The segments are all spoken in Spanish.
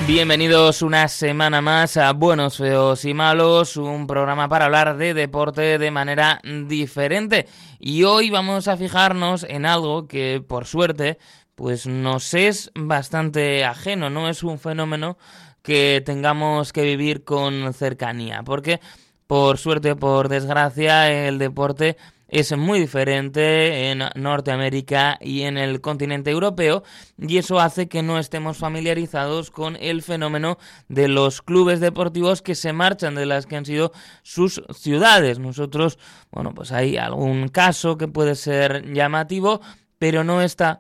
Bienvenidos una semana más a Buenos, Feos y Malos, un programa para hablar de deporte de manera diferente. Y hoy vamos a fijarnos en algo que, por suerte, pues nos es bastante ajeno, no es un fenómeno que tengamos que vivir con cercanía, porque, por suerte o por desgracia, el deporte es muy diferente en Norteamérica y en el continente europeo, y eso hace que no estemos familiarizados con el fenómeno de los clubes deportivos que se marchan de las que han sido sus ciudades. Nosotros, bueno, pues hay algún caso que puede ser llamativo, pero no está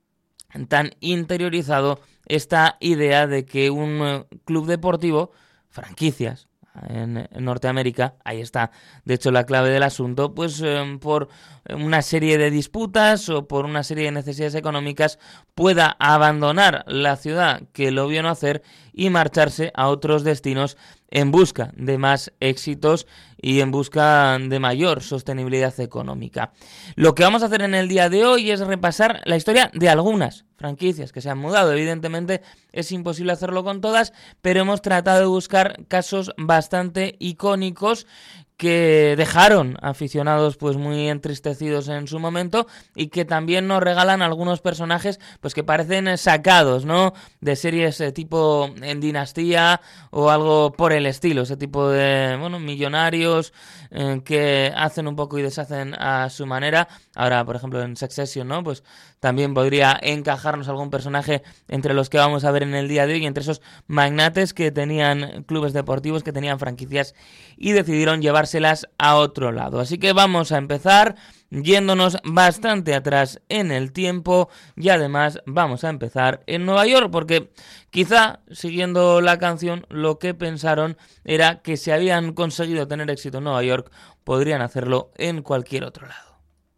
tan interiorizado esta idea de que un club deportivo, franquicias, en Norteamérica, ahí está de hecho la clave del asunto, pues por una serie de disputas o por una serie de necesidades económicas pueda abandonar la ciudad que lo vio nacer y marcharse a otros destinos en busca de más éxitos y en busca de mayor sostenibilidad económica. Lo que vamos a hacer en el día de hoy es repasar la historia de algunas franquicias que se han mudado. Evidentemente es imposible hacerlo con todas, pero hemos tratado de buscar casos bastante icónicos que dejaron aficionados pues muy entristecidos en su momento y que también nos regalan algunos personajes pues que parecen sacados, ¿no?, de series tipo en Dinastía o algo por el estilo, ese tipo de, bueno, millonarios que hacen un poco y deshacen a su manera. Ahora, por ejemplo, en Succession, ¿no?, pues también podría encajarnos algún personaje entre los que vamos a ver en el día de hoy, entre esos magnates que tenían clubes deportivos, que tenían franquicias y decidieron llevárselas a otro lado. Así que vamos a empezar yéndonos bastante atrás en el tiempo y además vamos a empezar en Nueva York, porque quizá, siguiendo la canción, lo que pensaron era que si habían conseguido tener éxito en Nueva York, podrían hacerlo en cualquier otro lado.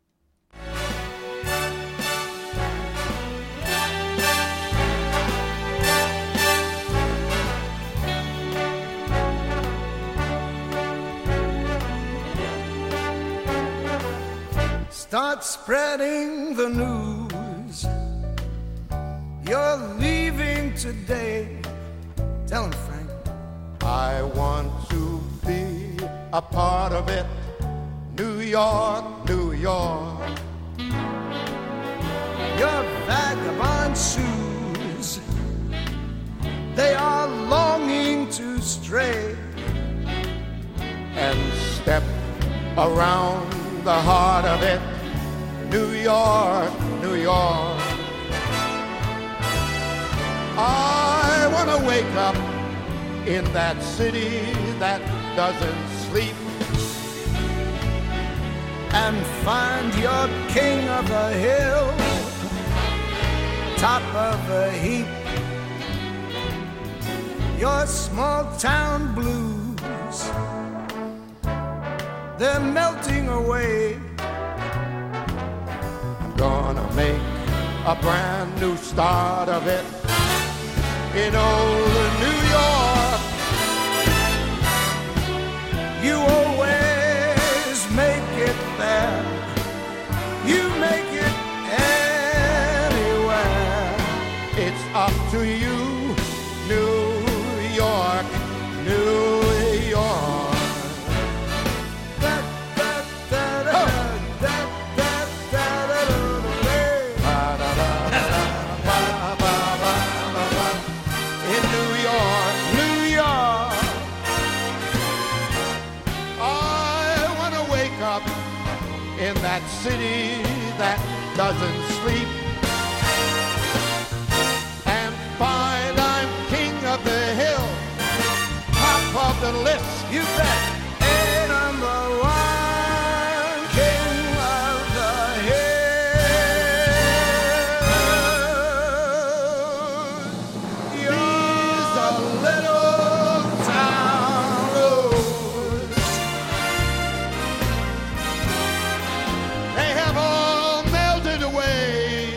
Start spreading the news. You're leaving today. Tell him, Frank. I want to be a part of it. New York, New York. Your vagabond shoes, they are longing to stray And step around the heart of it. New York, New York. I want to wake up in that city that doesn't sleep and find your king of the hill, top of the heap. Your small town blues, they're melting away. Gonna make a brand new start of it in old New York. You always make it there. You make it anywhere. It's up to you, New York, New York. In that city that doesn't sleep and find I'm king of the hill, top of the list. You bet. Hey, number one, king of the hill. These are little town roads. They have all melted away,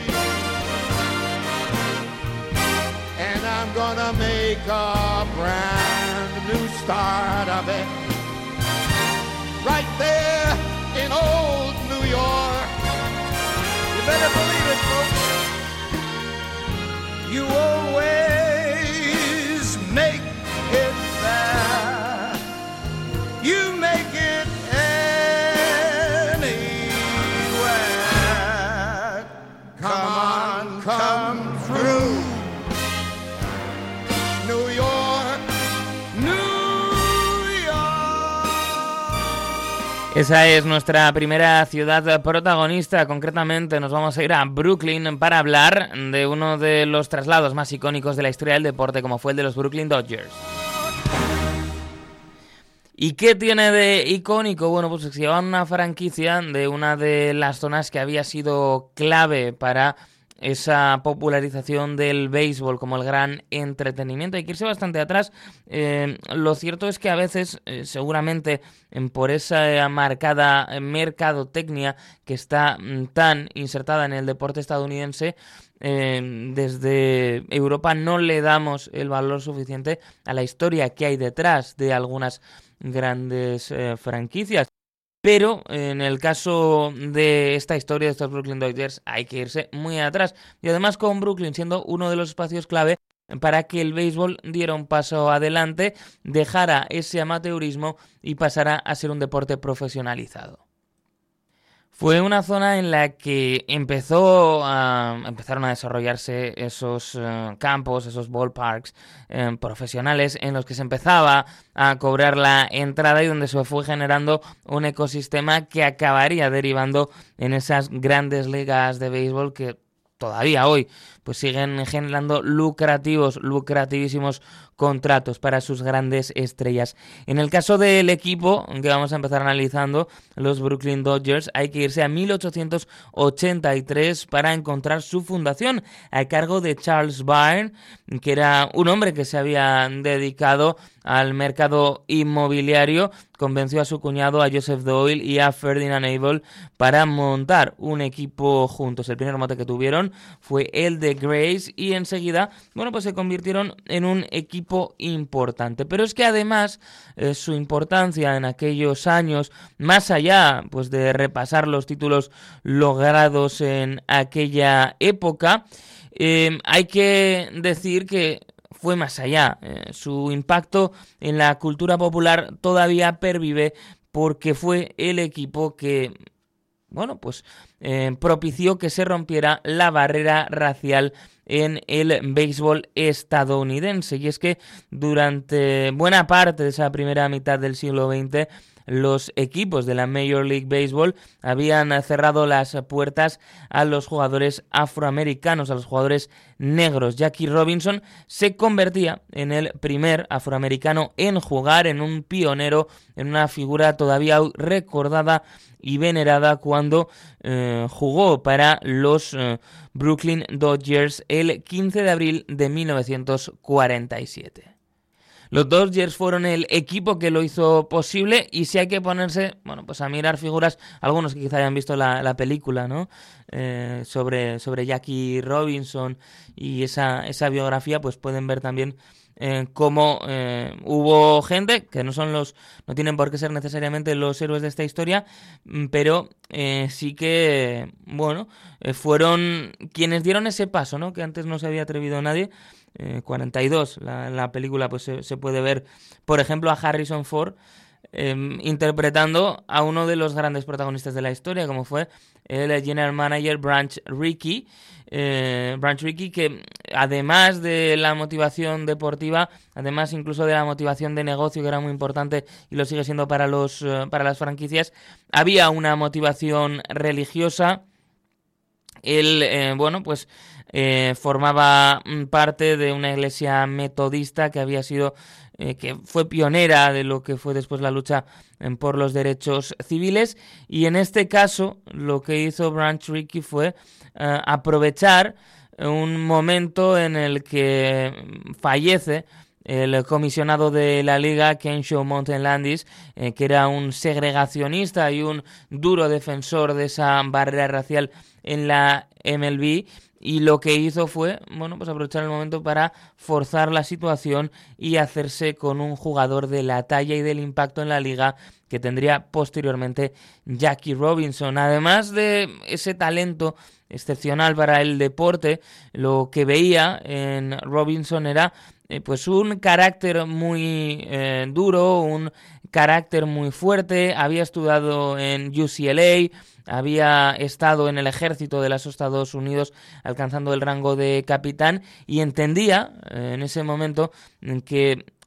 And I'm gonna make a brand new start of it right there in old New York. You better believe it, folks. You always Esa es nuestra primera ciudad protagonista. Concretamente nos vamos a ir a Brooklyn para hablar de uno de los traslados más icónicos de la historia del deporte, como fue el de los Brooklyn Dodgers. ¿Y qué tiene de icónico? Bueno, pues se lleva una franquicia de una de las zonas que había sido clave para esa popularización del béisbol como el gran entretenimiento. Hay que irse bastante atrás. Lo cierto es que a veces, seguramente por esa marcada mercadotecnia que está tan insertada en el deporte estadounidense, desde Europa no le damos el valor suficiente a la historia que hay detrás de algunas grandes franquicias. Pero en el caso de esta historia de estos Brooklyn Dodgers hay que irse muy atrás. Y además con Brooklyn siendo uno de los espacios clave para que el béisbol diera un paso adelante, dejara ese amateurismo y pasara a ser un deporte profesionalizado. Fue una zona en la que empezaron a desarrollarse esos campos, esos ballparks profesionales en los que se empezaba a cobrar la entrada y donde se fue generando un ecosistema que acabaría derivando en esas grandes ligas de béisbol que todavía hoy pues siguen generando lucrativísimos contratos para sus grandes estrellas. En el caso del equipo que vamos a empezar analizando, los Brooklyn Dodgers, hay que irse a 1883 para encontrar su fundación a cargo de Charles Byrne, que era un hombre que se había dedicado al mercado inmobiliario. Convenció a su cuñado, a Joseph Doyle y a Ferdinand Abel para montar un equipo juntos. El primer mote que tuvieron fue el de Grace y enseguida, bueno, pues se convirtieron en un equipo importante. Pero es que además su importancia en aquellos años, más allá pues de repasar los títulos logrados en aquella época, hay que decir que fue más allá. Su impacto en la cultura popular todavía pervive porque fue el equipo que, bueno, pues propició que se rompiera la barrera racial en el béisbol estadounidense. Y es que durante buena parte de esa primera mitad del siglo XX, los equipos de la Major League Baseball habían cerrado las puertas a los jugadores afroamericanos, a los jugadores negros. Jackie Robinson se convertía en el primer afroamericano en jugar, en un pionero, en una figura todavía recordada y venerada cuando jugó para los Brooklyn Dodgers el 15 de abril de 1947. Los Dodgers fueron el equipo que lo hizo posible y si hay que ponerse, bueno, pues a mirar figuras, algunos que quizá hayan visto la película, ¿no? Sobre Jackie Robinson y esa biografía, pues pueden ver también cómo hubo gente que no tienen por qué ser necesariamente los héroes de esta historia, pero sí que, bueno, fueron quienes dieron ese paso, ¿no? Que antes no se había atrevido nadie. 42, la película pues se puede ver, por ejemplo, a Harrison Ford interpretando a uno de los grandes protagonistas de la historia, como fue el general manager Branch Rickey, que además de la motivación deportiva, además incluso de la motivación de negocio, que era muy importante y lo sigue siendo para las franquicias, había una motivación religiosa. Él, formaba parte de una iglesia metodista que había sido, que fue pionera de lo que fue después la lucha por los derechos civiles, y en este caso lo que hizo Branch Rickey fue aprovechar un momento en el que fallece el comisionado de la liga, Kenshaw Mountain Landis, que era un segregacionista y un duro defensor de esa barrera racial en la MLB, y lo que hizo fue, bueno, pues aprovechar el momento para forzar la situación y hacerse con un jugador de la talla y del impacto en la liga que tendría posteriormente Jackie Robinson. Además de ese talento excepcional para el deporte, lo que veía en Robinson era pues un carácter muy duro, un carácter muy fuerte. Había estudiado en UCLA, había estado en el ejército de los Estados Unidos alcanzando el rango de capitán y entendía en ese momento que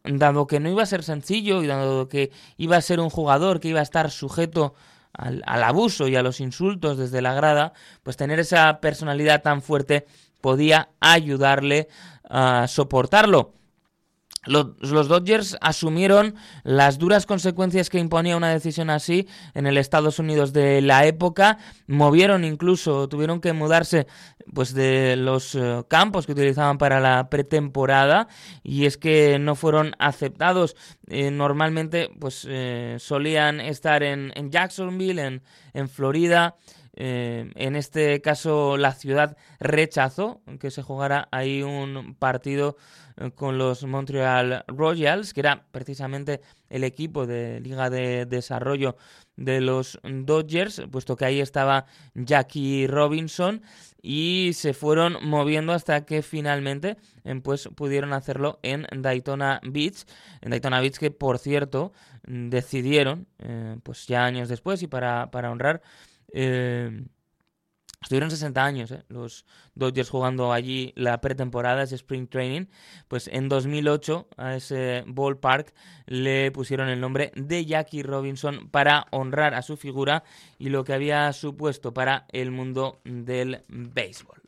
dado que no iba a ser sencillo y dado que iba a ser un jugador que iba a estar sujeto al abuso y a los insultos desde la grada, pues tener esa personalidad tan fuerte podía ayudarle a soportarlo. Los Dodgers asumieron las duras consecuencias que imponía una decisión así en el Estados Unidos de la época, tuvieron que mudarse pues de los campos que utilizaban para la pretemporada, y es que no fueron aceptados. Normalmente pues solían estar en Jacksonville, en Florida. En este caso la ciudad rechazó que se jugara ahí un partido con los Montreal Royals, que era precisamente el equipo de Liga de Desarrollo de los Dodgers, puesto que ahí estaba Jackie Robinson, y se fueron moviendo hasta que finalmente pues pudieron hacerlo en Daytona Beach, que por cierto decidieron pues ya años después y para honrar estuvieron 60 años los Dodgers jugando allí la pretemporada, ese Spring Training. Pues en 2008 a ese ballpark le pusieron el nombre de Jackie Robinson para honrar a su figura y lo que había supuesto para el mundo del béisbol.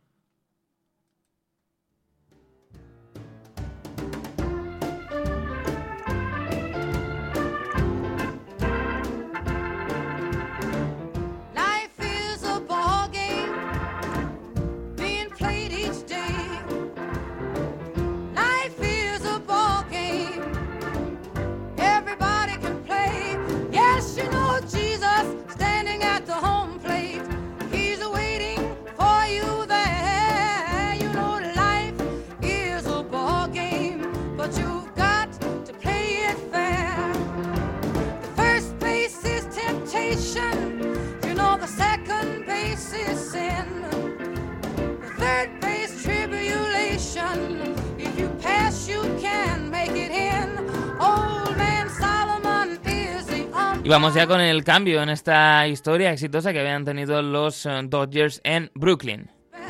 Y vamos ya con el cambio en esta historia exitosa que habían tenido los Dodgers en Brooklyn.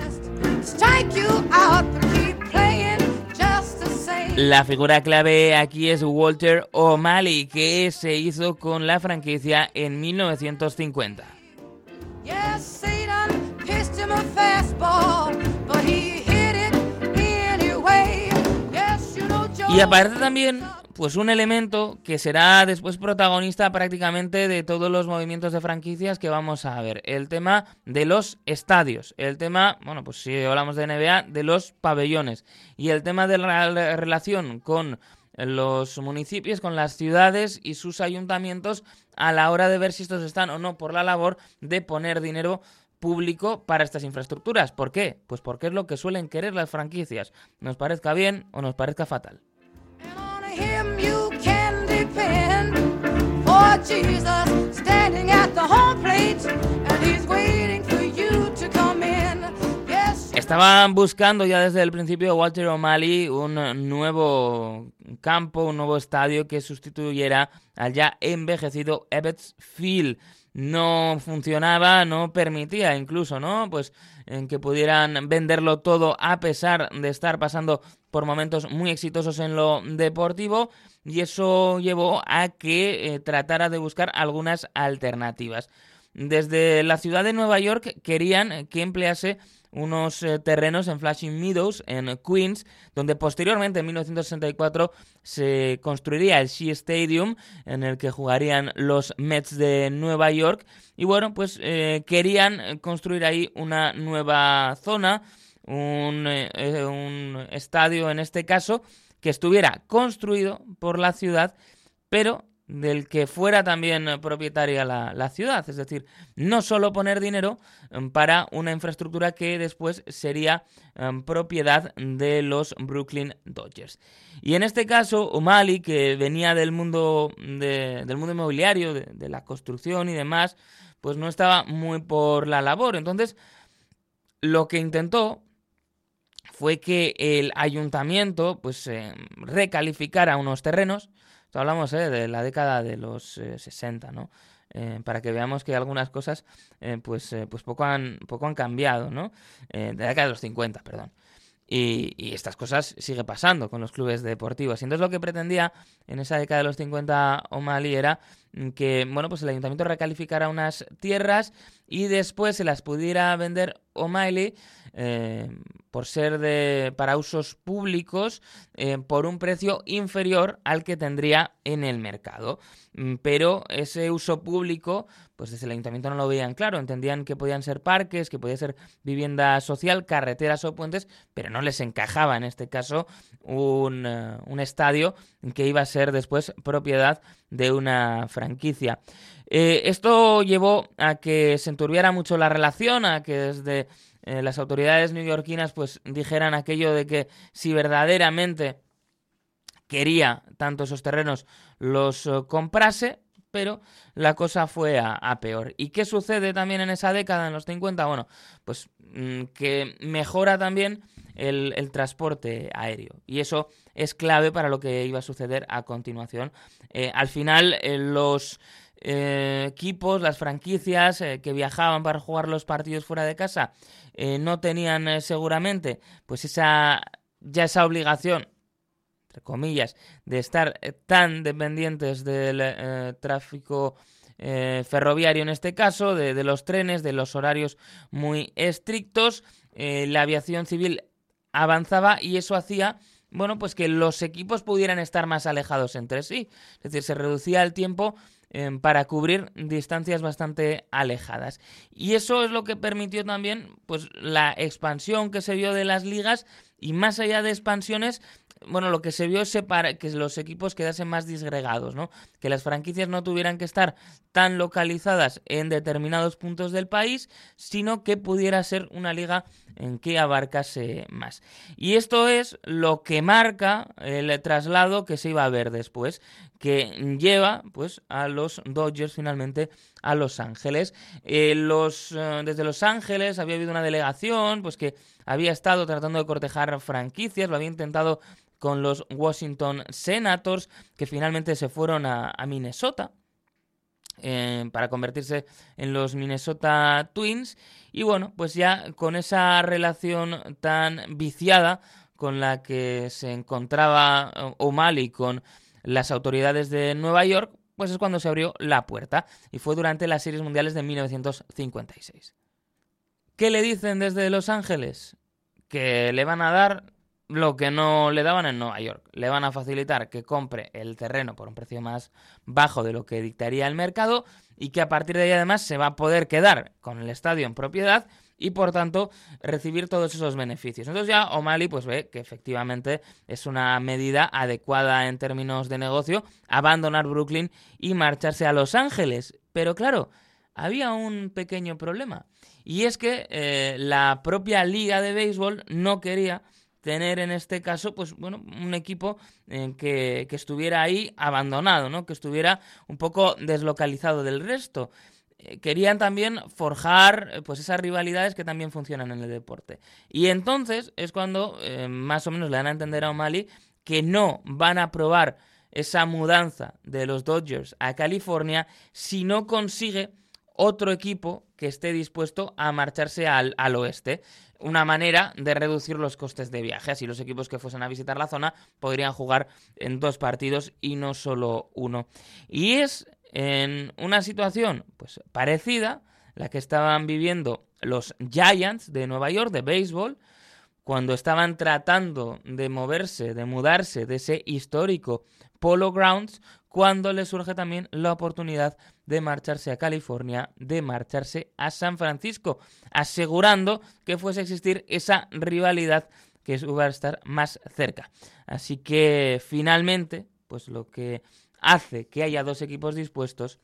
La figura clave aquí es Walter O'Malley, que se hizo con la franquicia en 1950. Y aparte también, pues un elemento que será después protagonista prácticamente de todos los movimientos de franquicias que vamos a ver. El tema de los estadios. El tema, bueno, pues si hablamos de NBA, de los pabellones. Y el tema de la relación con los municipios, con las ciudades y sus ayuntamientos a la hora de ver si estos están o no por la labor de poner dinero público para estas infraestructuras. ¿Por qué? Pues porque es lo que suelen querer las franquicias, nos parezca bien o nos parezca fatal. Estaban buscando ya desde el principio Walter O'Malley un nuevo campo, un nuevo estadio que sustituyera al ya envejecido Ebbets Field. No funcionaba, no permitía incluso, ¿no? Pues en que pudieran venderlo todo a pesar de estar pasando por momentos muy exitosos en lo deportivo, y eso llevó a que tratara de buscar algunas alternativas. Desde la ciudad de Nueva York querían que emplease unos terrenos en Flushing Meadows, en Queens, donde posteriormente en 1964 se construiría el Shea Stadium, en el que jugarían los Mets de Nueva York. Y bueno, pues querían construir ahí una nueva zona, un estadio en este caso, que estuviera construido por la ciudad, pero del que fuera también propietaria la ciudad, es decir, no solo poner dinero para una infraestructura que después sería propiedad de los Brooklyn Dodgers. Y en este caso, O'Malley, que venía del mundo inmobiliario, de la construcción y demás, pues no estaba muy por la labor. Entonces, lo que intentó fue que el ayuntamiento pues recalificara unos terrenos. Hablamos de la década de los 60, ¿no? Para que veamos que algunas cosas pues poco han cambiado, ¿no? De la década de los 50, perdón. Y estas cosas sigue pasando con los clubes deportivos. Y entonces lo que pretendía en esa década de los 50 O'Malley era que, bueno, pues el ayuntamiento recalificara unas tierras y después se las pudiera vender O'Malley por ser para usos públicos por un precio inferior al que tendría en el mercado. Pero ese uso público, pues desde el ayuntamiento no lo veían claro. Entendían que podían ser parques, que podía ser vivienda social, carreteras o puentes, pero no les encajaba en este caso un estadio que iba a ser después propiedad de una franquicia. Esto llevó a que se enturbiara mucho la relación, a que desde las autoridades neoyorquinas pues dijeran aquello de que si verdaderamente quería tanto esos terrenos los comprase, pero la cosa fue a peor. ¿Y qué sucede también en esa década, en los 50? Bueno, pues que mejora también el transporte aéreo. Y eso es clave para lo que iba a suceder a continuación. Al final, los equipos, las franquicias que viajaban para jugar los partidos fuera de casa, no tenían seguramente pues esa obligación, entre comillas, de estar tan dependientes del tráfico ferroviario en este caso, de los trenes, de los horarios muy estrictos. La aviación civil avanzaba y eso hacía, bueno, pues que los equipos pudieran estar más alejados entre sí. Es decir, se reducía el tiempo para cubrir distancias bastante alejadas. Y eso es lo que permitió también pues la expansión que se vio de las ligas, y más allá de expansiones, bueno, lo que se vio es que los equipos quedasen más disgregados, ¿no? Que las franquicias no tuvieran que estar tan localizadas en determinados puntos del país, sino que pudiera ser una liga en que abarcase más. Y esto es lo que marca el traslado que se iba a ver después, que lleva pues a los Dodgers finalmente a Los Ángeles. Desde Los Ángeles había habido una delegación pues que había estado tratando de cortejar franquicias, lo había intentado con los Washington Senators, que finalmente se fueron a Minnesota para convertirse en los Minnesota Twins. Y bueno, pues ya con esa relación tan viciada con la que se encontraba O'Malley con las autoridades de Nueva York, pues es cuando se abrió la puerta, y fue durante las Series Mundiales de 1956. ¿Qué le dicen desde Los Ángeles? Que le van a dar lo que no le daban en Nueva York. Le van a facilitar que compre el terreno por un precio más bajo de lo que dictaría el mercado, y que a partir de ahí además se va a poder quedar con el estadio en propiedad y por tanto recibir todos esos beneficios. Entonces ya O'Malley pues ve que efectivamente es una medida adecuada en términos de negocio abandonar Brooklyn y marcharse a Los Ángeles. Pero claro, había un pequeño problema, y es que la propia liga de béisbol no quería tener en este caso pues bueno, un equipo que estuviera ahí abandonado, ¿no? Que estuviera un poco deslocalizado del resto. Querían también forjar pues esas rivalidades que también funcionan en el deporte. Y entonces es cuando más o menos le dan a entender a O'Malley que no van a aprobar esa mudanza de los Dodgers a California si no consigue otro equipo que esté dispuesto a marcharse al oeste. Una manera de reducir los costes de viaje. Así los equipos que fuesen a visitar la zona podrían jugar en 2 partidos y no solo uno. Y es en una situación pues parecida la que estaban viviendo los Giants de Nueva York de béisbol, cuando estaban tratando de mudarse de ese histórico Polo Grounds, cuando les surge también la oportunidad de marcharse a California, de marcharse a San Francisco, asegurando que fuese a existir esa rivalidad que iba a estar más cerca. Así que finalmente, pues lo que hace que haya 2 equipos dispuestos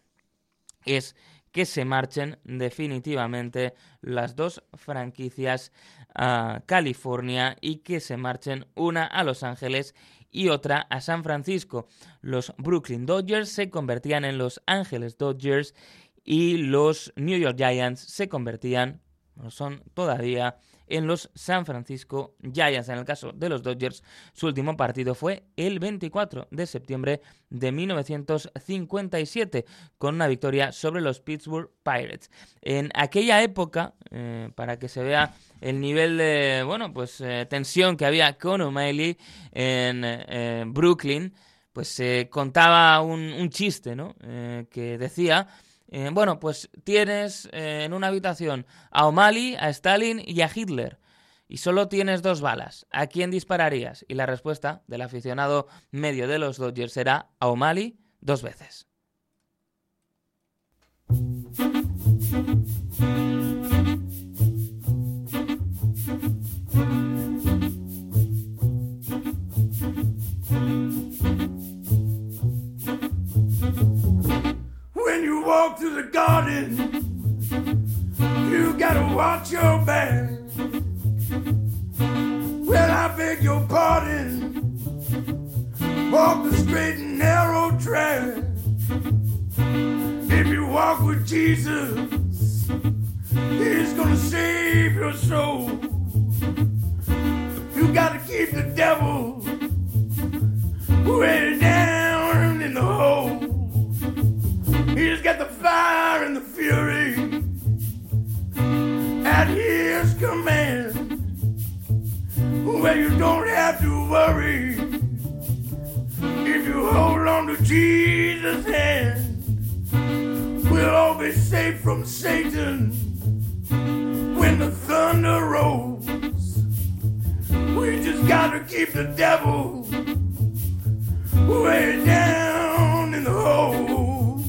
es que se marchen definitivamente las 2 franquicias a California, y que se marchen una a Los Ángeles y otra a San Francisco. Los Brooklyn Dodgers se convertían en Los Ángeles Dodgers y los New York Giants se convertían, no son todavía, en los San Francisco Giants. En el caso de los Dodgers, su último partido fue el 24 de septiembre de 1957, con una victoria sobre los Pittsburgh Pirates. En aquella época, para que se vea el nivel de tensión que había con O'Malley en Brooklyn, pues se contaba un chiste, ¿no? Que decía, tienes en una habitación a O'Malley, a Stalin y a Hitler, y solo tienes 2 balas. ¿A quién dispararías? Y la respuesta del aficionado medio de los Dodgers era a O'Malley 2 veces. When you walk through the garden, you gotta watch your back. Well, I beg your pardon. Walk the straight and narrow track. If you walk with Jesus, He's gonna save your soul. You gotta keep the devil way down in the hole. He's got the fire and the fury at His command. Well, you don't have to worry if you hold on to Jesus' hand. We'll all be safe from Satan when the thunder rolls. We just gotta keep the devil way down in the hole.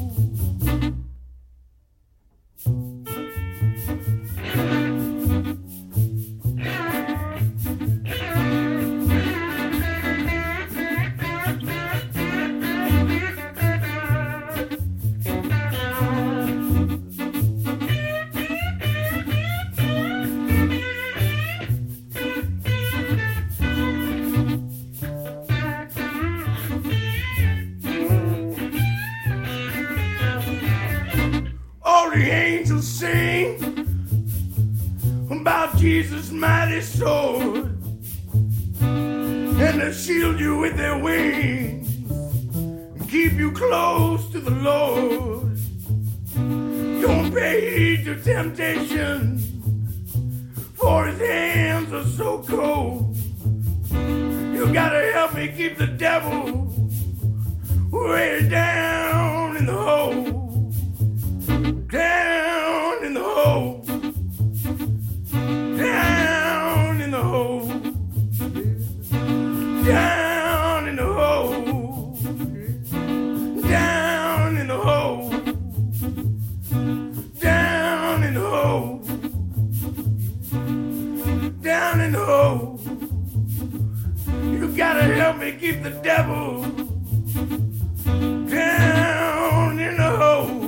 The angels sing about Jesus' mighty sword, and they shield you with their wings and keep you close to the Lord. Don't pay heed to temptation, for His hands are so cold. You gotta help me keep the devil way down in the hole. Down in the hole, down in the hole, down in the hole, down in the hole, down in the hole, down in the hole. You gotta help me keep the devil down in the hole.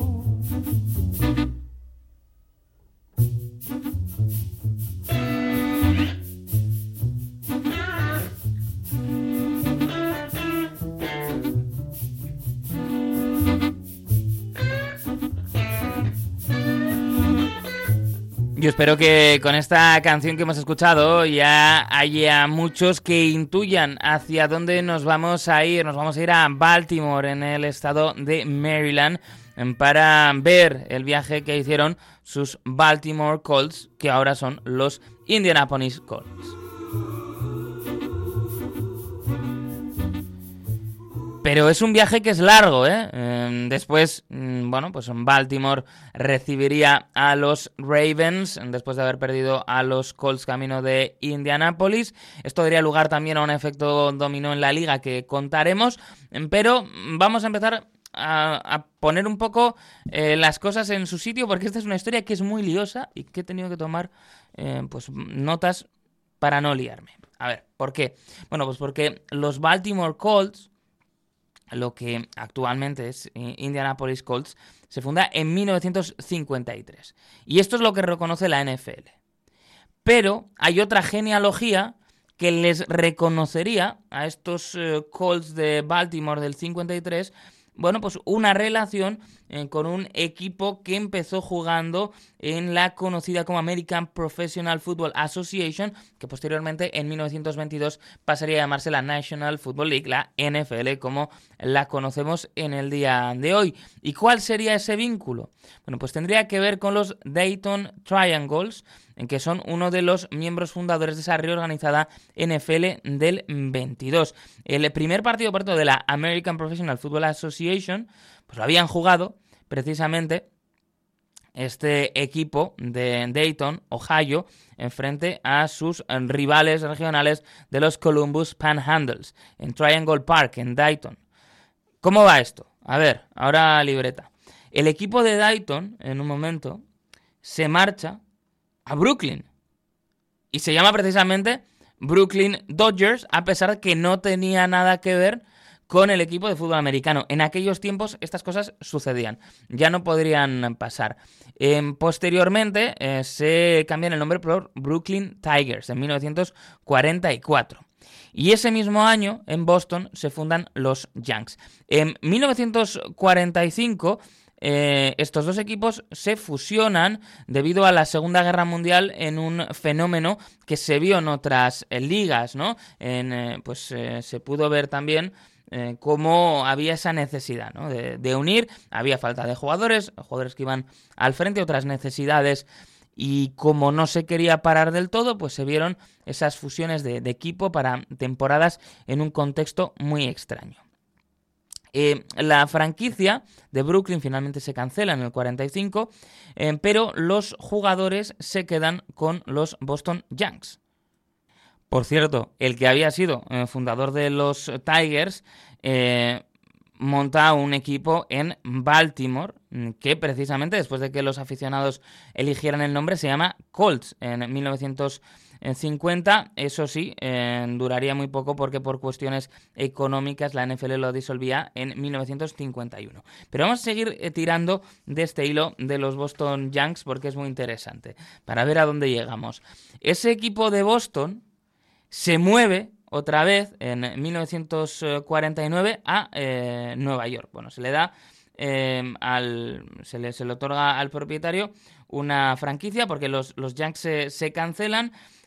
Yo espero que con esta canción que hemos escuchado ya haya muchos que intuyan hacia dónde nos vamos a ir. Nos vamos a ir a Baltimore, en el estado de Maryland, para ver el viaje que hicieron sus Baltimore Colts, que ahora son los Indianapolis Colts. Pero es un viaje que es largo, ¿eh? Después, pues Baltimore recibiría a los Ravens después de haber perdido a los Colts camino de Indianápolis. Esto daría lugar también a un efecto dominó en la liga que contaremos, pero vamos a empezar a poner un poco las cosas en su sitio, porque esta es una historia que es muy liosa y que he tenido que tomar notas para no liarme. A ver, ¿por qué? Bueno, pues porque los Baltimore Colts, lo que actualmente es Indianapolis Colts, se funda en 1953. Y esto es lo que reconoce la NFL. Pero hay otra genealogía que les reconocería a estos Colts de Baltimore del 53 bueno, pues una relación con un equipo que empezó jugando en la conocida como American Professional Football Association, que posteriormente en 1922 pasaría a llamarse la National Football League, la NFL, como la conocemos en el día de hoy. ¿Y cuál sería ese vínculo? Bueno, pues tendría que ver con los Dayton Triangles, en que son uno de los miembros fundadores de esa reorganizada NFL del 22. El primer partido de la American Professional Football Association, pues lo habían jugado precisamente este equipo de Dayton, Ohio, en frente a sus rivales regionales de los Columbus Panhandles, en Triangle Park, en Dayton. ¿Cómo va esto? A ver, ahora libreta. El equipo de Dayton, en un momento, se marcha a Brooklyn. Y se llama precisamente Brooklyn Dodgers, a pesar de que no tenía nada que ver con el equipo de fútbol americano. En aquellos tiempos estas cosas sucedían, ya no podrían pasar. Posteriormente se cambian el nombre por Brooklyn Tigers en 1944. Y ese mismo año en Boston se fundan los Yanks. En 1945 estos dos equipos se fusionan debido a la Segunda Guerra Mundial en un fenómeno que se vio en otras ligas, ¿no? Se pudo ver también cómo había esa necesidad, ¿no? de unir, había falta de jugadores que iban al frente, otras necesidades, y como no se quería parar del todo, pues se vieron esas fusiones de equipo para temporadas en un contexto muy extraño. La franquicia de Brooklyn finalmente se cancela en el 45, pero los jugadores se quedan con los Boston Yanks. Por cierto, el que había sido fundador de los Tigers monta un equipo en Baltimore, que precisamente después de que los aficionados eligieran el nombre se llama Colts en 1950. Eso sí, duraría muy poco porque por cuestiones económicas la NFL lo disolvía en 1951. Pero vamos a seguir tirando de este hilo de los Boston Yanks porque es muy interesante para ver a dónde llegamos. Ese equipo de Boston se mueve otra vez en 1949 a Nueva York. Bueno, se le da se le otorga al propietario una franquicia porque los Yanks se cancelan.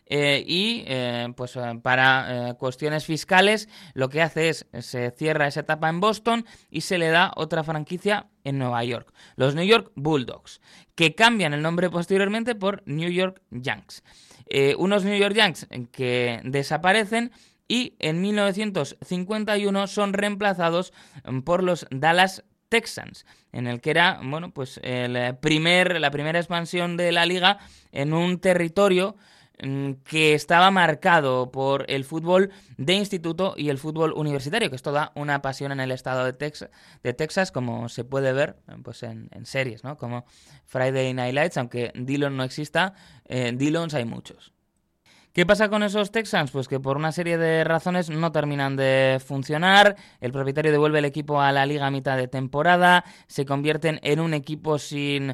Para cuestiones fiscales lo que hace es se cierra esa etapa en Boston y se le da otra franquicia en Nueva York, los New York Bulldogs, que cambian el nombre posteriormente por New York Yanks. Unos New York Yanks que desaparecen y en 1951 son reemplazados por los Dallas Texans, en el que era la primera expansión de la liga en un territorio que estaba marcado por el fútbol de instituto y el fútbol universitario, que es toda una pasión en el estado de Texas, como se puede ver pues en series, ¿no? Como Friday Night Lights, aunque Dillon no exista, Dillons hay muchos. ¿Qué pasa con esos Texans? Pues que por una serie de razones no terminan de funcionar, el propietario devuelve el equipo a la liga a mitad de temporada, se convierten en un equipo sin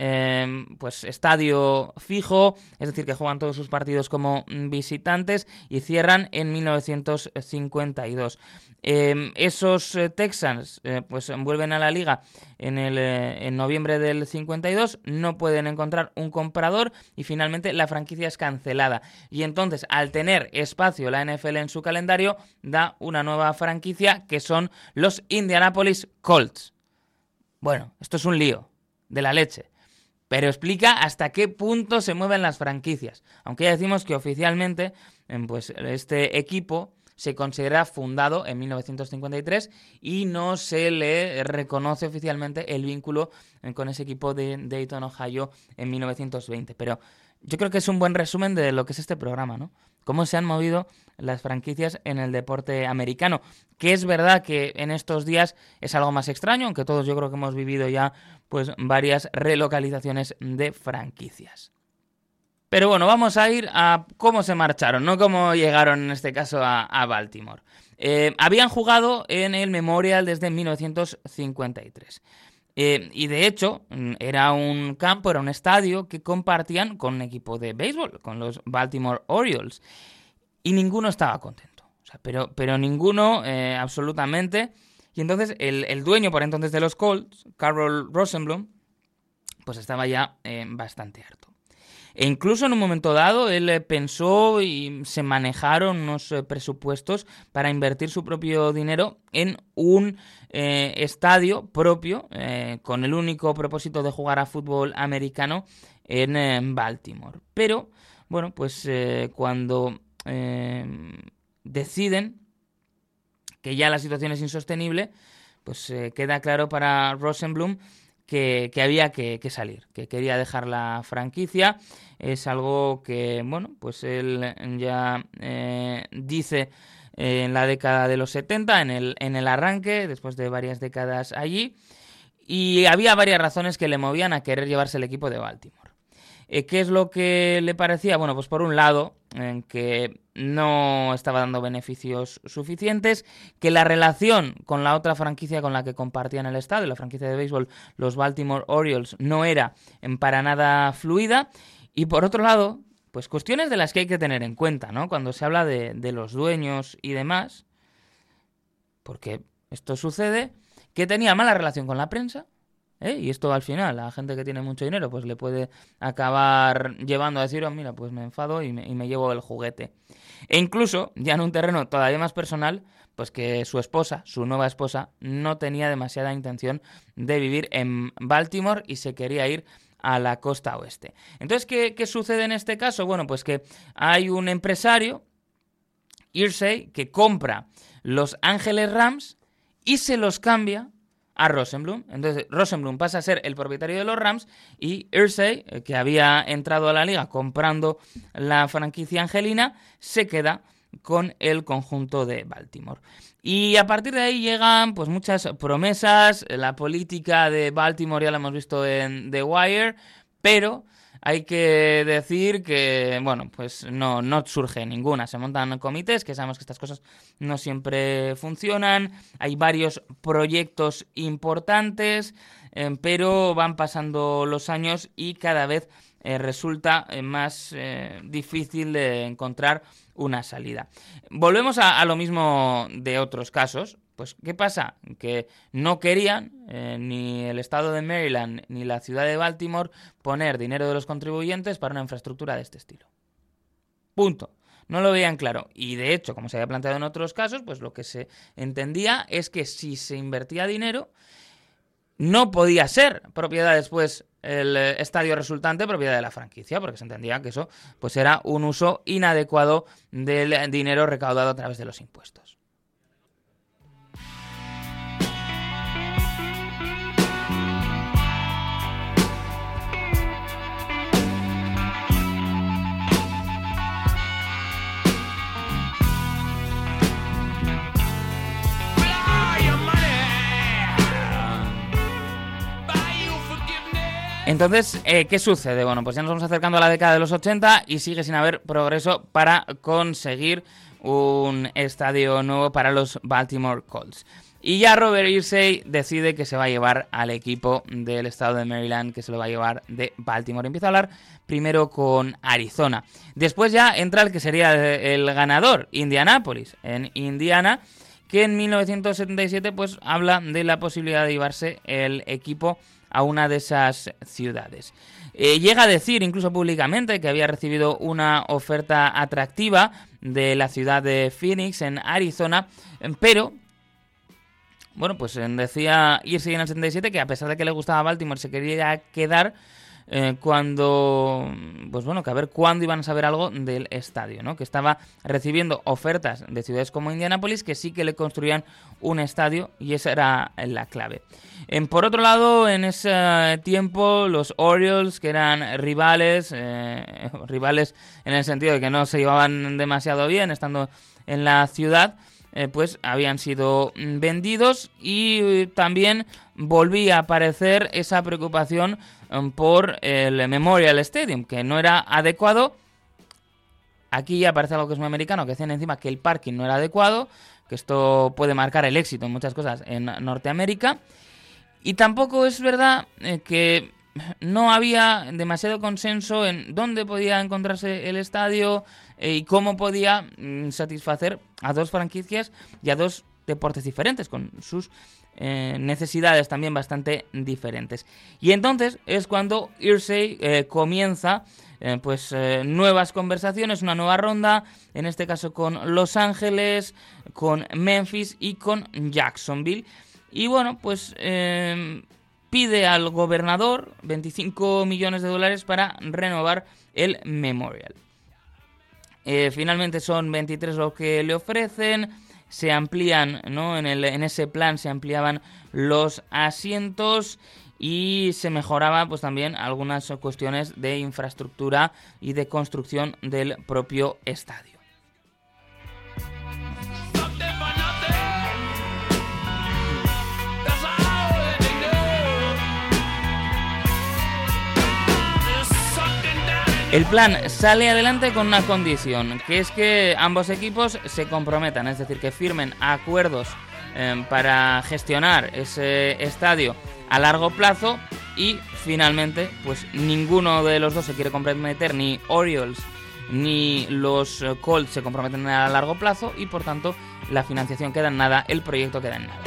estadio fijo, es decir, que juegan todos sus partidos como visitantes y cierran en 1952. Esos Texans vuelven a la liga en noviembre del 52, no pueden encontrar un comprador y finalmente la franquicia es cancelada. Y entonces, al tener espacio la NFL en su calendario, da una nueva franquicia que son los Indianapolis Colts. Bueno, esto es un lío de la leche, pero explica hasta qué punto se mueven las franquicias. Aunque ya decimos que oficialmente este equipo se considera fundado en 1953 y no se le reconoce oficialmente el vínculo con ese equipo de Dayton, Ohio, en 1920. Pero yo creo que es un buen resumen de lo que es este programa, ¿no? Cómo se han movido las franquicias en el deporte americano, que es verdad que en estos días es algo más extraño, aunque todos yo creo que hemos vivido ya varias relocalizaciones de franquicias. Pero bueno, vamos a ir a cómo se marcharon, no cómo llegaron en este caso a Baltimore. Habían jugado en el Memorial desde 1953. Y de hecho, era un campo, era un estadio que compartían con un equipo de béisbol, con los Baltimore Orioles. Y ninguno estaba contento. O sea, pero ninguno absolutamente. Y entonces el dueño por entonces de los Colts, Carroll Rosenblum, pues estaba ya bastante harto. E incluso en un momento dado él pensó y se manejaron unos presupuestos para invertir su propio dinero en un estadio propio con el único propósito de jugar a fútbol americano en Baltimore. Pero, bueno, pues cuando deciden que ya la situación es insostenible, pues queda claro para Rosenblum que había que salir, que quería dejar la franquicia. Es algo que, bueno, pues él ya dice en la década de los 70, en el arranque, después de varias décadas allí, y había varias razones que le movían a querer llevarse el equipo de Baltimore. ¿Qué es lo que le parecía? Bueno, pues por un lado, que no estaba dando beneficios suficientes, que la relación con la otra franquicia con la que compartían el estadio, la franquicia de béisbol, los Baltimore Orioles, no era para nada fluida, y por otro lado, pues cuestiones de las que hay que tener en cuenta, ¿no? Cuando se habla de los dueños y demás, porque esto sucede, que tenía mala relación con la prensa, y esto al final, a la gente que tiene mucho dinero, pues le puede acabar llevando a decir, oh, mira, pues me enfado y me llevo el juguete. E incluso, ya en un terreno todavía más personal, pues que su esposa, su nueva esposa, no tenía demasiada intención de vivir en Baltimore y se quería ir a la costa oeste. Entonces, ¿qué sucede en este caso? Bueno, pues que hay un empresario, Irsay, que compra Los Ángeles Rams y se los cambia a Rosenblum. Entonces Rosenblum pasa a ser el propietario de los Rams y Irsay, que había entrado a la liga comprando la franquicia angelina, se queda con el conjunto de Baltimore. Y a partir de ahí llegan pues muchas promesas. La política de Baltimore ya la hemos visto en The Wire, pero hay que decir que, bueno, pues no surge ninguna. Se montan comités, que sabemos que estas cosas no siempre funcionan. Hay varios proyectos importantes, pero van pasando los años y cada vez resulta más difícil de encontrar una salida. Volvemos a lo mismo de otros casos. Pues, ¿qué pasa? Que no querían ni el estado de Maryland ni la ciudad de Baltimore poner dinero de los contribuyentes para una infraestructura de este estilo. Punto. No lo veían claro. Y de hecho, como se había planteado en otros casos, pues lo que se entendía es que si se invertía dinero, no podía ser propiedad después el estadio resultante, propiedad de la franquicia, porque se entendía que eso pues era un uso inadecuado del dinero recaudado a través de los impuestos. Entonces, ¿qué sucede? Bueno, pues ya nos vamos acercando a la década de los 80 y sigue sin haber progreso para conseguir un estadio nuevo para los Baltimore Colts. Y ya Robert Irsay decide que se va a llevar al equipo del estado de Maryland, que se lo va a llevar de Baltimore. Empieza a hablar primero con Arizona. Después ya entra el que sería el ganador, Indianapolis, en Indiana, que en 1977 pues habla de la posibilidad de llevarse el equipo a una de esas ciudades. Llega a decir, incluso públicamente, que había recibido una oferta atractiva de la ciudad de Phoenix, en Arizona, pero, bueno, pues decía Irsay en el 77 que a pesar de que le gustaba Baltimore, se quería quedar cuando, pues bueno, que a ver cuándo iban a saber algo del estadio, ¿no? Que estaba recibiendo ofertas de ciudades como Indianápolis que sí que le construían un estadio y esa era la clave. Por otro lado, en ese tiempo, los Orioles, que eran rivales en el sentido de que no se llevaban demasiado bien estando en la ciudad, pues habían sido vendidos y también volvía a aparecer esa preocupación por el Memorial Stadium, que no era adecuado. Aquí ya aparece algo que es muy americano, que decían encima que el parking no era adecuado, que esto puede marcar el éxito en muchas cosas en Norteamérica. Y tampoco es verdad que no había demasiado consenso en dónde podía encontrarse el estadio y cómo podía satisfacer a dos franquicias y a dos deportes diferentes, con sus necesidades también bastante diferentes. Y entonces es cuando Irsay comienza nuevas conversaciones, una nueva ronda, en este caso con Los Ángeles, con Memphis y con Jacksonville. Y bueno, pues pide al gobernador $25 millones para renovar el Memorial. Finalmente son 23 los que le ofrecen, se amplían, ¿no? En ese plan se ampliaban los asientos y se mejoraba pues también algunas cuestiones de infraestructura y de construcción del propio estadio. El plan sale adelante con una condición, que es que ambos equipos se comprometan, es decir, que firmen acuerdos para gestionar ese estadio a largo plazo y finalmente pues ninguno de los dos se quiere comprometer, ni Orioles ni los Colts se comprometen a largo plazo y por tanto la financiación queda en nada, el proyecto queda en nada.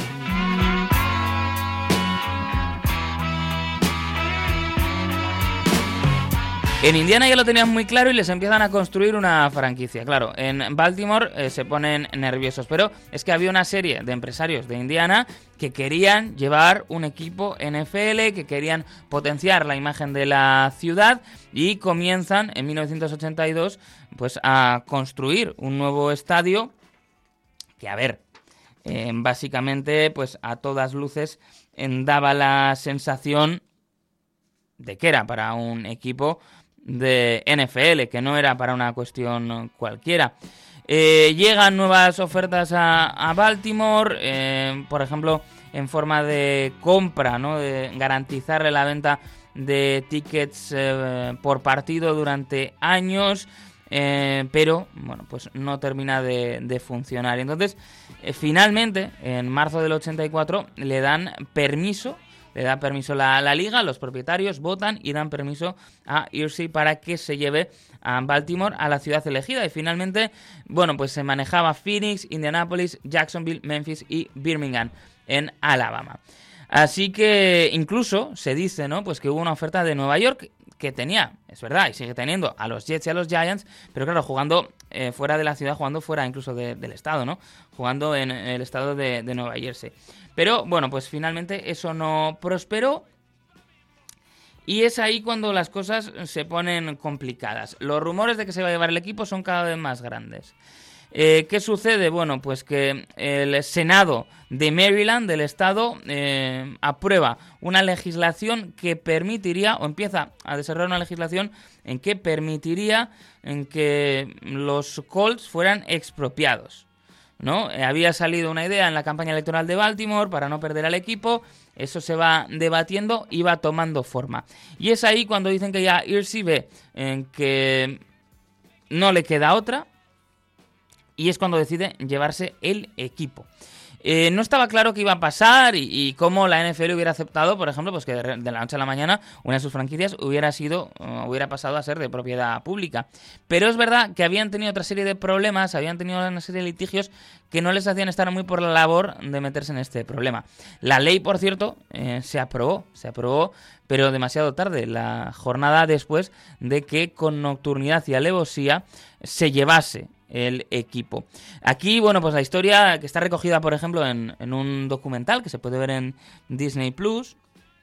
En Indiana ya lo tenían muy claro y les empiezan a construir una franquicia. Claro, en Baltimore se ponen nerviosos, pero es que había una serie de empresarios de Indiana que querían llevar un equipo NFL, que querían potenciar la imagen de la ciudad y comienzan en 1982 pues a construir un nuevo estadio que, a ver, básicamente pues a todas luces daba la sensación de que era para un equipo de NFL, que no era para una cuestión cualquiera. Llegan nuevas ofertas a Baltimore, por ejemplo, en forma de compra, ¿no? De garantizarle la venta de tickets por partido durante años, pero bueno, pues no termina de funcionar. Entonces, finalmente, en marzo del 84, le da permiso la liga, los propietarios votan y dan permiso a Irsay para que se lleve a Baltimore a la ciudad elegida. Y finalmente, bueno, pues se manejaba Phoenix, Indianapolis, Jacksonville, Memphis y Birmingham en Alabama. Así que incluso se dice, ¿no? Pues que hubo una oferta de Nueva York que tenía, es verdad, y sigue teniendo a los Jets y a los Giants, pero claro, jugando fuera de la ciudad, jugando fuera incluso del estado, ¿no? Jugando en el estado de Nueva Jersey. Pero bueno, pues finalmente eso no prosperó y es ahí cuando las cosas se ponen complicadas. Los rumores de que se va a llevar el equipo son cada vez más grandes. ¿Qué sucede? Bueno, pues que el Senado de Maryland, del estado, aprueba una legislación que permitiría, o empieza a desarrollar una legislación en que permitiría en que los Colts fueran expropiados, ¿no? Había salido una idea en la campaña electoral de Baltimore para no perder al equipo. Eso se va debatiendo y va tomando forma. Y es ahí cuando dicen que ya Irsay ve en que no le queda otra. Y es cuando decide llevarse el equipo. No estaba claro qué iba a pasar y cómo la NFL hubiera aceptado, por ejemplo, pues que de la noche a la mañana una de sus franquicias hubiera pasado a ser de propiedad pública. Pero es verdad que habían tenido otra serie de problemas, habían tenido una serie de litigios que no les hacían estar muy por la labor de meterse en este problema. La ley, por cierto, se aprobó, pero demasiado tarde, la jornada después de que con nocturnidad y alevosía se llevase el equipo. Aquí, bueno, pues la historia que está recogida, por ejemplo, en un documental que se puede ver en Disney Plus,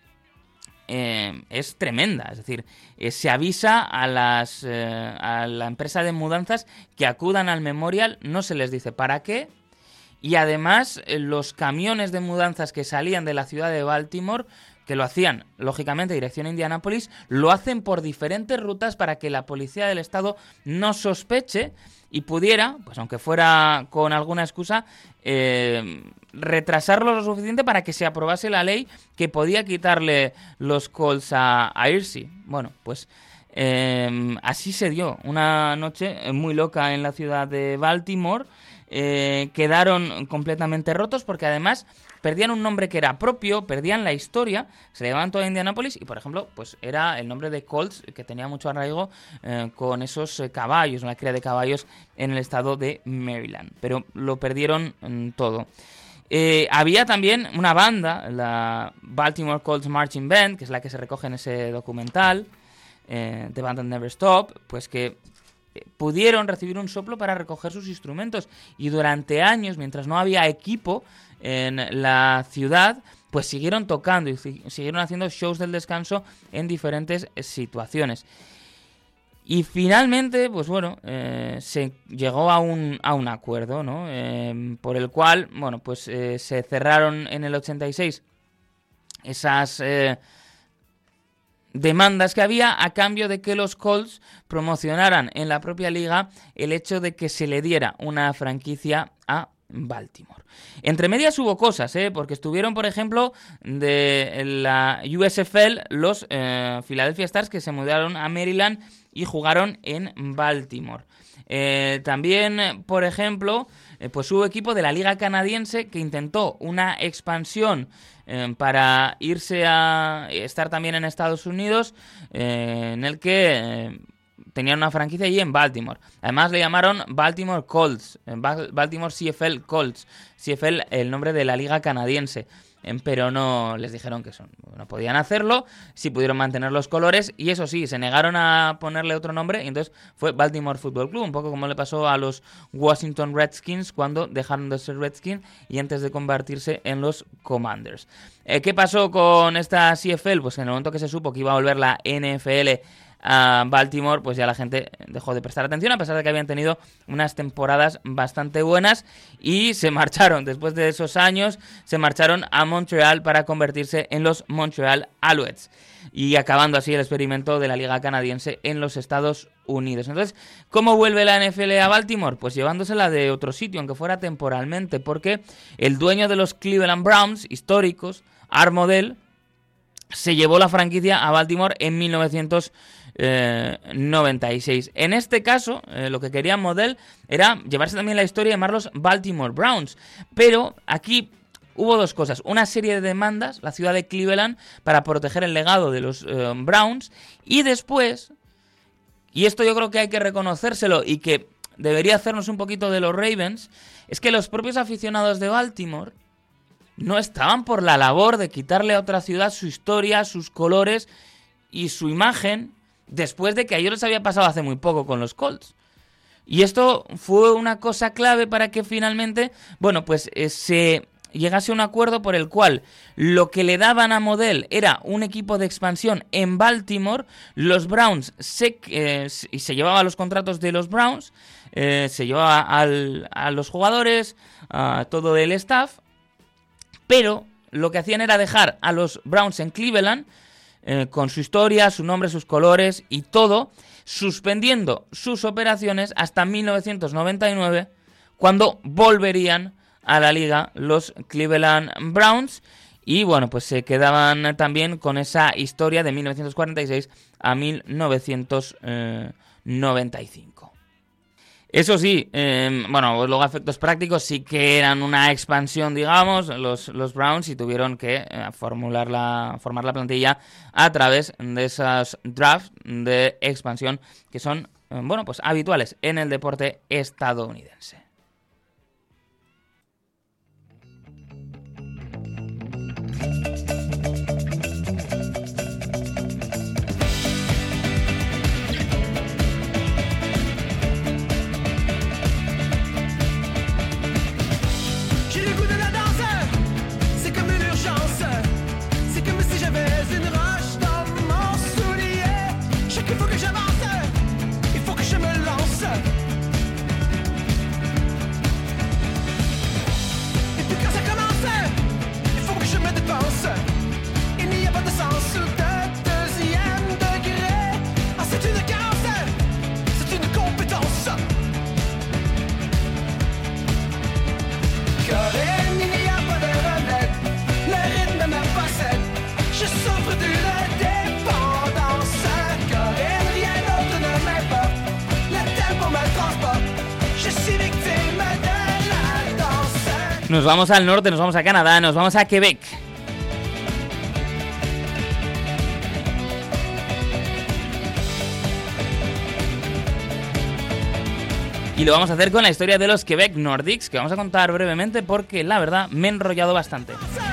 es tremenda. Es decir, se avisa a la empresa de mudanzas que acudan al Memorial, no se les dice para qué, y además los camiones de mudanzas que salían de la ciudad de Baltimore, que lo hacían, lógicamente, dirección a Indianápolis, lo hacen por diferentes rutas para que la policía del estado no sospeche y pudiera, pues aunque fuera con alguna excusa, retrasarlo lo suficiente para que se aprobase la ley que podía quitarle los Colts a Irsay. Bueno, pues así se dio. Una noche muy loca en la ciudad de Baltimore. Quedaron completamente rotos porque además perdían un nombre que era propio, perdían la historia, se le llevaban todo a Indianápolis y, por ejemplo, pues era el nombre de Colts, que tenía mucho arraigo con esos caballos, una cría de caballos en el estado de Maryland, pero lo perdieron todo. Había también una banda, la Baltimore Colts Marching Band, que es la que se recoge en ese documental, The Band That Never Stop, pues que pudieron recibir un soplo para recoger sus instrumentos. Y durante años, mientras no había equipo en la ciudad, pues siguieron tocando y siguieron haciendo shows del descanso en diferentes situaciones. Y finalmente, pues bueno, se llegó a un acuerdo, ¿no? Por el cual, bueno, pues se cerraron en el 86 esas demandas que había a cambio de que los Colts promocionaran en la propia liga el hecho de que se le diera una franquicia a Baltimore. Entre medias hubo cosas, porque estuvieron, por ejemplo, de la USFL los Philadelphia Stars, que se mudaron a Maryland y jugaron en Baltimore. También, por ejemplo, pues hubo equipo de la Liga Canadiense que intentó una expansión para irse a estar también en Estados Unidos, en el que tenían una franquicia allí en Baltimore. Además le llamaron Baltimore Colts, Baltimore CFL Colts, CFL el nombre de la Liga Canadiense. Pero no les dijeron que no podían hacerlo, sí pudieron mantener los colores y eso sí, se negaron a ponerle otro nombre y entonces fue Baltimore Football Club, un poco como le pasó a los Washington Redskins cuando dejaron de ser Redskins y antes de convertirse en los Commanders. ¿Qué pasó con esta CFL? Pues en el momento que se supo que iba a volver la NFL a Baltimore, pues ya la gente dejó de prestar atención, a pesar de que habían tenido unas temporadas bastante buenas, y se marcharon, después de esos años, se marcharon a Montreal para convertirse en los Montreal Alouettes, y acabando así el experimento de la Liga Canadiense en los Estados Unidos. Entonces, ¿cómo vuelve la NFL a Baltimore? Pues llevándosela de otro sitio, aunque fuera temporalmente, porque el dueño de los Cleveland Browns, históricos, Art Modell, se llevó la franquicia a Baltimore en 1996. En este caso, lo que quería Modell era llevarse también la historia y llamarlos Baltimore Browns. Pero aquí hubo dos cosas. Una serie de demandas, la ciudad de Cleveland, para proteger el legado de los Browns. Y después, y esto yo creo que hay que reconocérselo y que debería hacernos un poquito de los Ravens, es que los propios aficionados de Baltimore no estaban por la labor de quitarle a otra ciudad su historia, sus colores y su imagen, después de que a ellos les había pasado hace muy poco con los Colts. Y esto fue una cosa clave para que finalmente, bueno, pues se llegase a un acuerdo por el cual lo que le daban a Modell era un equipo de expansión en Baltimore. Los Browns se llevaba los contratos de los Browns, se llevaba a los jugadores, a todo el staff, pero lo que hacían era dejar a los Browns en Cleveland con su historia, su nombre, sus colores y todo, suspendiendo sus operaciones hasta 1999, cuando volverían a la liga los Cleveland Browns. Y bueno, pues se quedaban también con esa historia de 1946 a 1995. Eso sí, bueno, luego a efectos prácticos sí que eran una expansión, digamos, los Browns, y tuvieron que formar la plantilla a través de esas drafts de expansión que son, bueno, pues habituales en el deporte estadounidense. Nos vamos al norte, nos vamos a Canadá, nos vamos a Quebec. Y lo vamos a hacer con la historia de los Quebec Nordics, que vamos a contar brevemente porque la verdad me he enrollado bastante.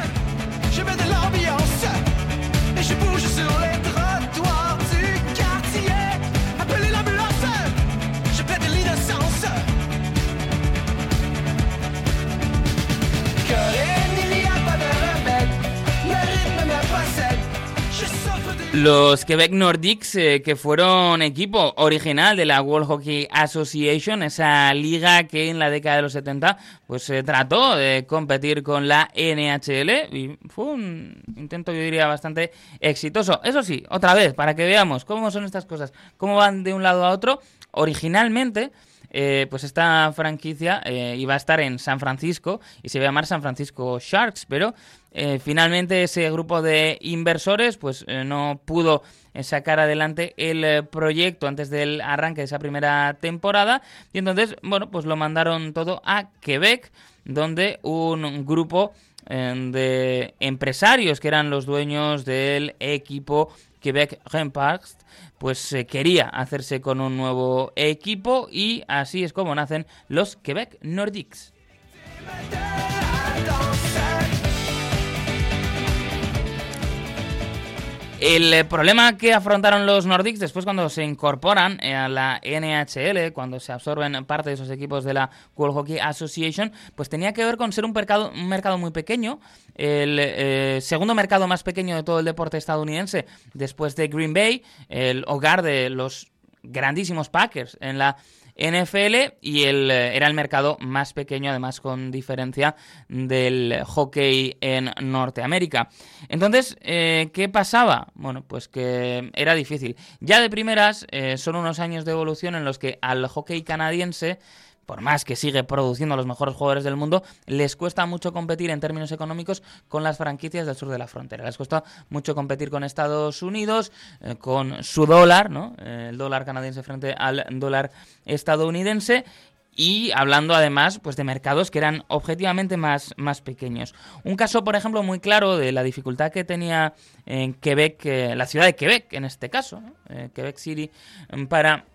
Los Quebec Nordics, que fueron equipo original de la World Hockey Association, esa liga que en la década de los 70 pues trató de competir con la NHL y fue un intento, yo diría, bastante exitoso. Eso sí, otra vez, para que veamos cómo son estas cosas, cómo van de un lado a otro. Originalmente, pues esta franquicia iba a estar en San Francisco y se iba a llamar San Francisco Sharks, pero finalmente ese grupo de inversores pues no pudo sacar adelante el proyecto antes del arranque de esa primera temporada y entonces, bueno, pues lo mandaron todo a Quebec, donde un grupo de empresarios que eran los dueños del equipo Quebec Remparts, pues quería hacerse con un nuevo equipo y así es como nacen los Quebec Nordics. El problema que afrontaron los Nordics después cuando se incorporan a la NHL, cuando se absorben parte de esos equipos de la World Hockey Association, pues tenía que ver con ser un mercado muy pequeño, el segundo mercado más pequeño de todo el deporte estadounidense, después de Green Bay, el hogar de los grandísimos Packers en la NFL, y era el mercado más pequeño, además con diferencia, del hockey en Norteamérica. Entonces, ¿qué pasaba? Bueno, pues que era difícil. Ya de primeras, son unos años de evolución en los que al hockey canadiense, por más que sigue produciendo a los mejores jugadores del mundo, les cuesta mucho competir en términos económicos con las franquicias del sur de la frontera. Les cuesta mucho competir con Estados Unidos, con su dólar, ¿no? El dólar canadiense frente al dólar estadounidense. Y hablando además pues de mercados que eran objetivamente más pequeños. Un caso, por ejemplo, muy claro de la dificultad que tenía en Quebec, la ciudad de Quebec en este caso, ¿no? Quebec City, para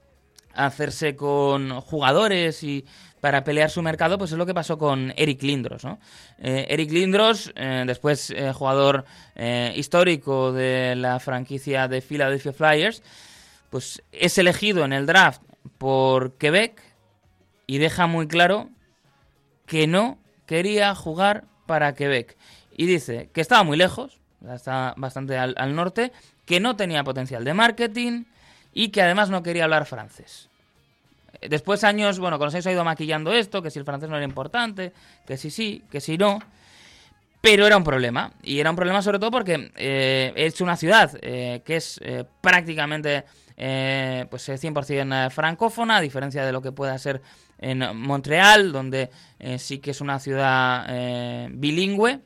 hacerse con jugadores y para pelear su mercado, pues es lo que pasó con Eric Lindros, ¿no? Eric Lindros, después jugador histórico de la franquicia de Philadelphia Flyers, pues es elegido en el draft por Quebec y deja muy claro que no quería jugar para Quebec. Y dice que estaba muy lejos, está bastante al norte, que no tenía potencial de marketing y que además no quería hablar francés. Después años, bueno, con los años ha ido maquillando esto, que si el francés no era importante, que si sí, que si no, pero era un problema. Y era un problema sobre todo porque es una ciudad que es prácticamente pues 100% francófona, a diferencia de lo que pueda ser en Montreal, donde sí que es una ciudad bilingüe.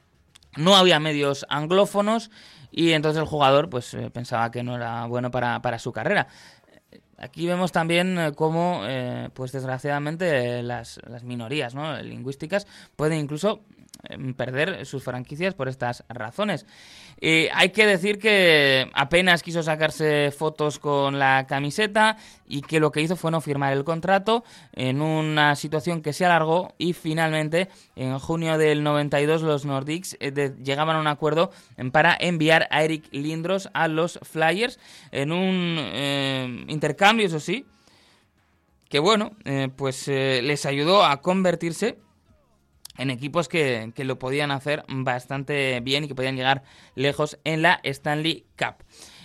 No había medios anglófonos y entonces el jugador pues pensaba que no era bueno para su carrera. Aquí vemos también cómo, pues desgraciadamente, las minorías, ¿no?, lingüísticas pueden incluso perder sus franquicias por estas razones. Hay que decir que apenas quiso sacarse fotos con la camiseta y que lo que hizo fue no firmar el contrato en una situación que se alargó y finalmente en junio del 92 los Nordics llegaban a un acuerdo para enviar a Eric Lindros a los Flyers en un intercambio, eso sí, que bueno, pues les ayudó a convertirse en equipos que lo podían hacer bastante bien y que podían llegar lejos en la Stanley Cup.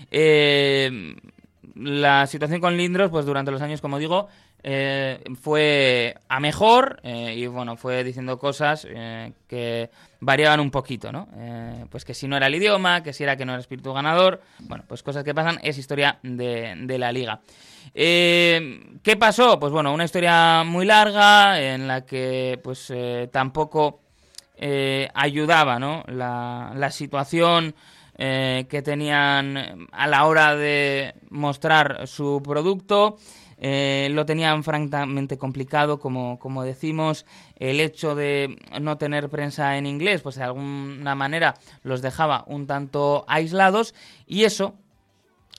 La situación con Lindros, pues durante los años, como digo, fue a mejor y bueno, fue diciendo cosas que variaban un poquito, ¿no? Pues que si no era el idioma, que si era que no era espíritu ganador, bueno, pues cosas que pasan, es historia de la liga. ¿Qué pasó? Pues bueno, una historia muy larga en la que pues tampoco ayudaba, ¿no?, la situación que tenían a la hora de mostrar su producto. Lo tenían francamente complicado, como decimos. El hecho de no tener prensa en inglés, pues de alguna manera los dejaba un tanto aislados, y eso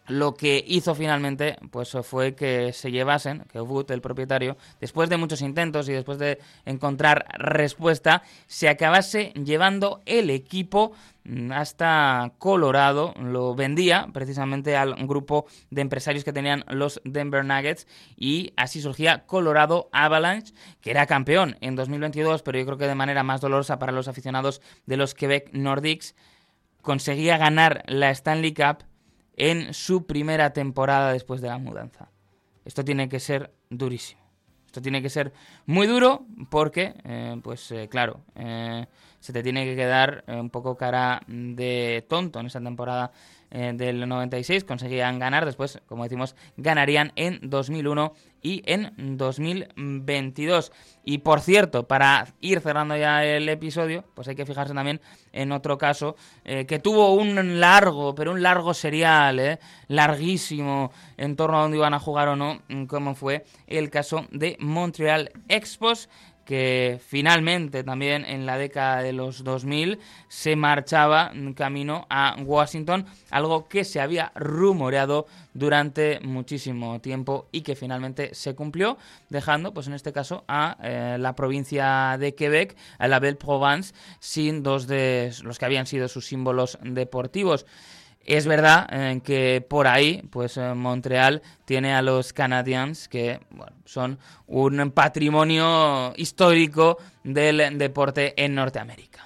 lo que hizo finalmente pues fue que se llevasen, que Wood, el propietario, después de muchos intentos y después de encontrar respuesta, se acabase llevando el equipo hasta Colorado. Lo vendía precisamente al grupo de empresarios que tenían los Denver Nuggets, y así surgía Colorado Avalanche, que era campeón en 2022, pero yo creo que de manera más dolorosa para los aficionados de los Quebec Nordiques. Conseguía ganar la Stanley Cup en su primera temporada después de la mudanza. Esto tiene que ser durísimo. Esto tiene que ser muy duro porque, claro, se te tiene que quedar un poco cara de tonto en esa temporada del 96. Conseguían ganar, después, como decimos, ganarían en 2001 y en 2022. Y por cierto, para ir cerrando ya el episodio, pues hay que fijarse también en otro caso que tuvo un largo serial, larguísimo, en torno a dónde iban a jugar o no, como fue el caso de Montreal Expos, que finalmente también en la década de los 2000 se marchaba camino a Washington, algo que se había rumoreado durante muchísimo tiempo y que finalmente se cumplió, dejando, pues en este caso, a la provincia de Quebec, a la Belle Province, sin dos de los que habían sido sus símbolos deportivos. Es verdad que por ahí, pues Montreal tiene a los Canadiens, que son un patrimonio histórico del deporte en Norteamérica.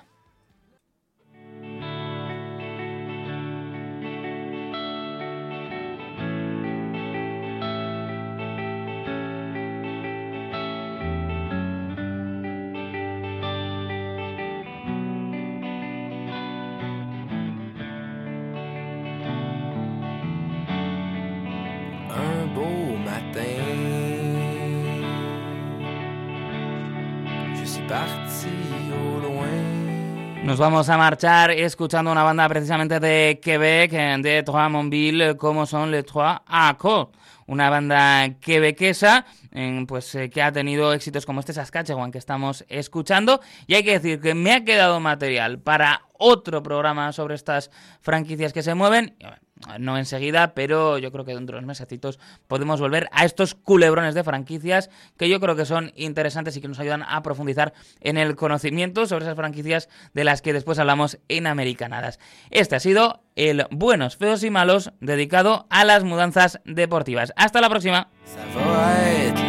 Nos vamos a marchar escuchando una banda precisamente de Quebec, de Trois-Montville, como son les Trois Accords, una banda quebequesa que ha tenido éxitos como este Saskatchewan que estamos escuchando. Y hay que decir que me ha quedado material para otro programa sobre estas franquicias que se mueven. No enseguida, pero yo creo que dentro de unos mesecitos podemos volver a estos culebrones de franquicias que yo creo que son interesantes y que nos ayudan a profundizar en el conocimiento sobre esas franquicias de las que después hablamos en Americanadas. Este ha sido el Buenos, Feos y Malos, dedicado a las mudanzas deportivas. Hasta la próxima.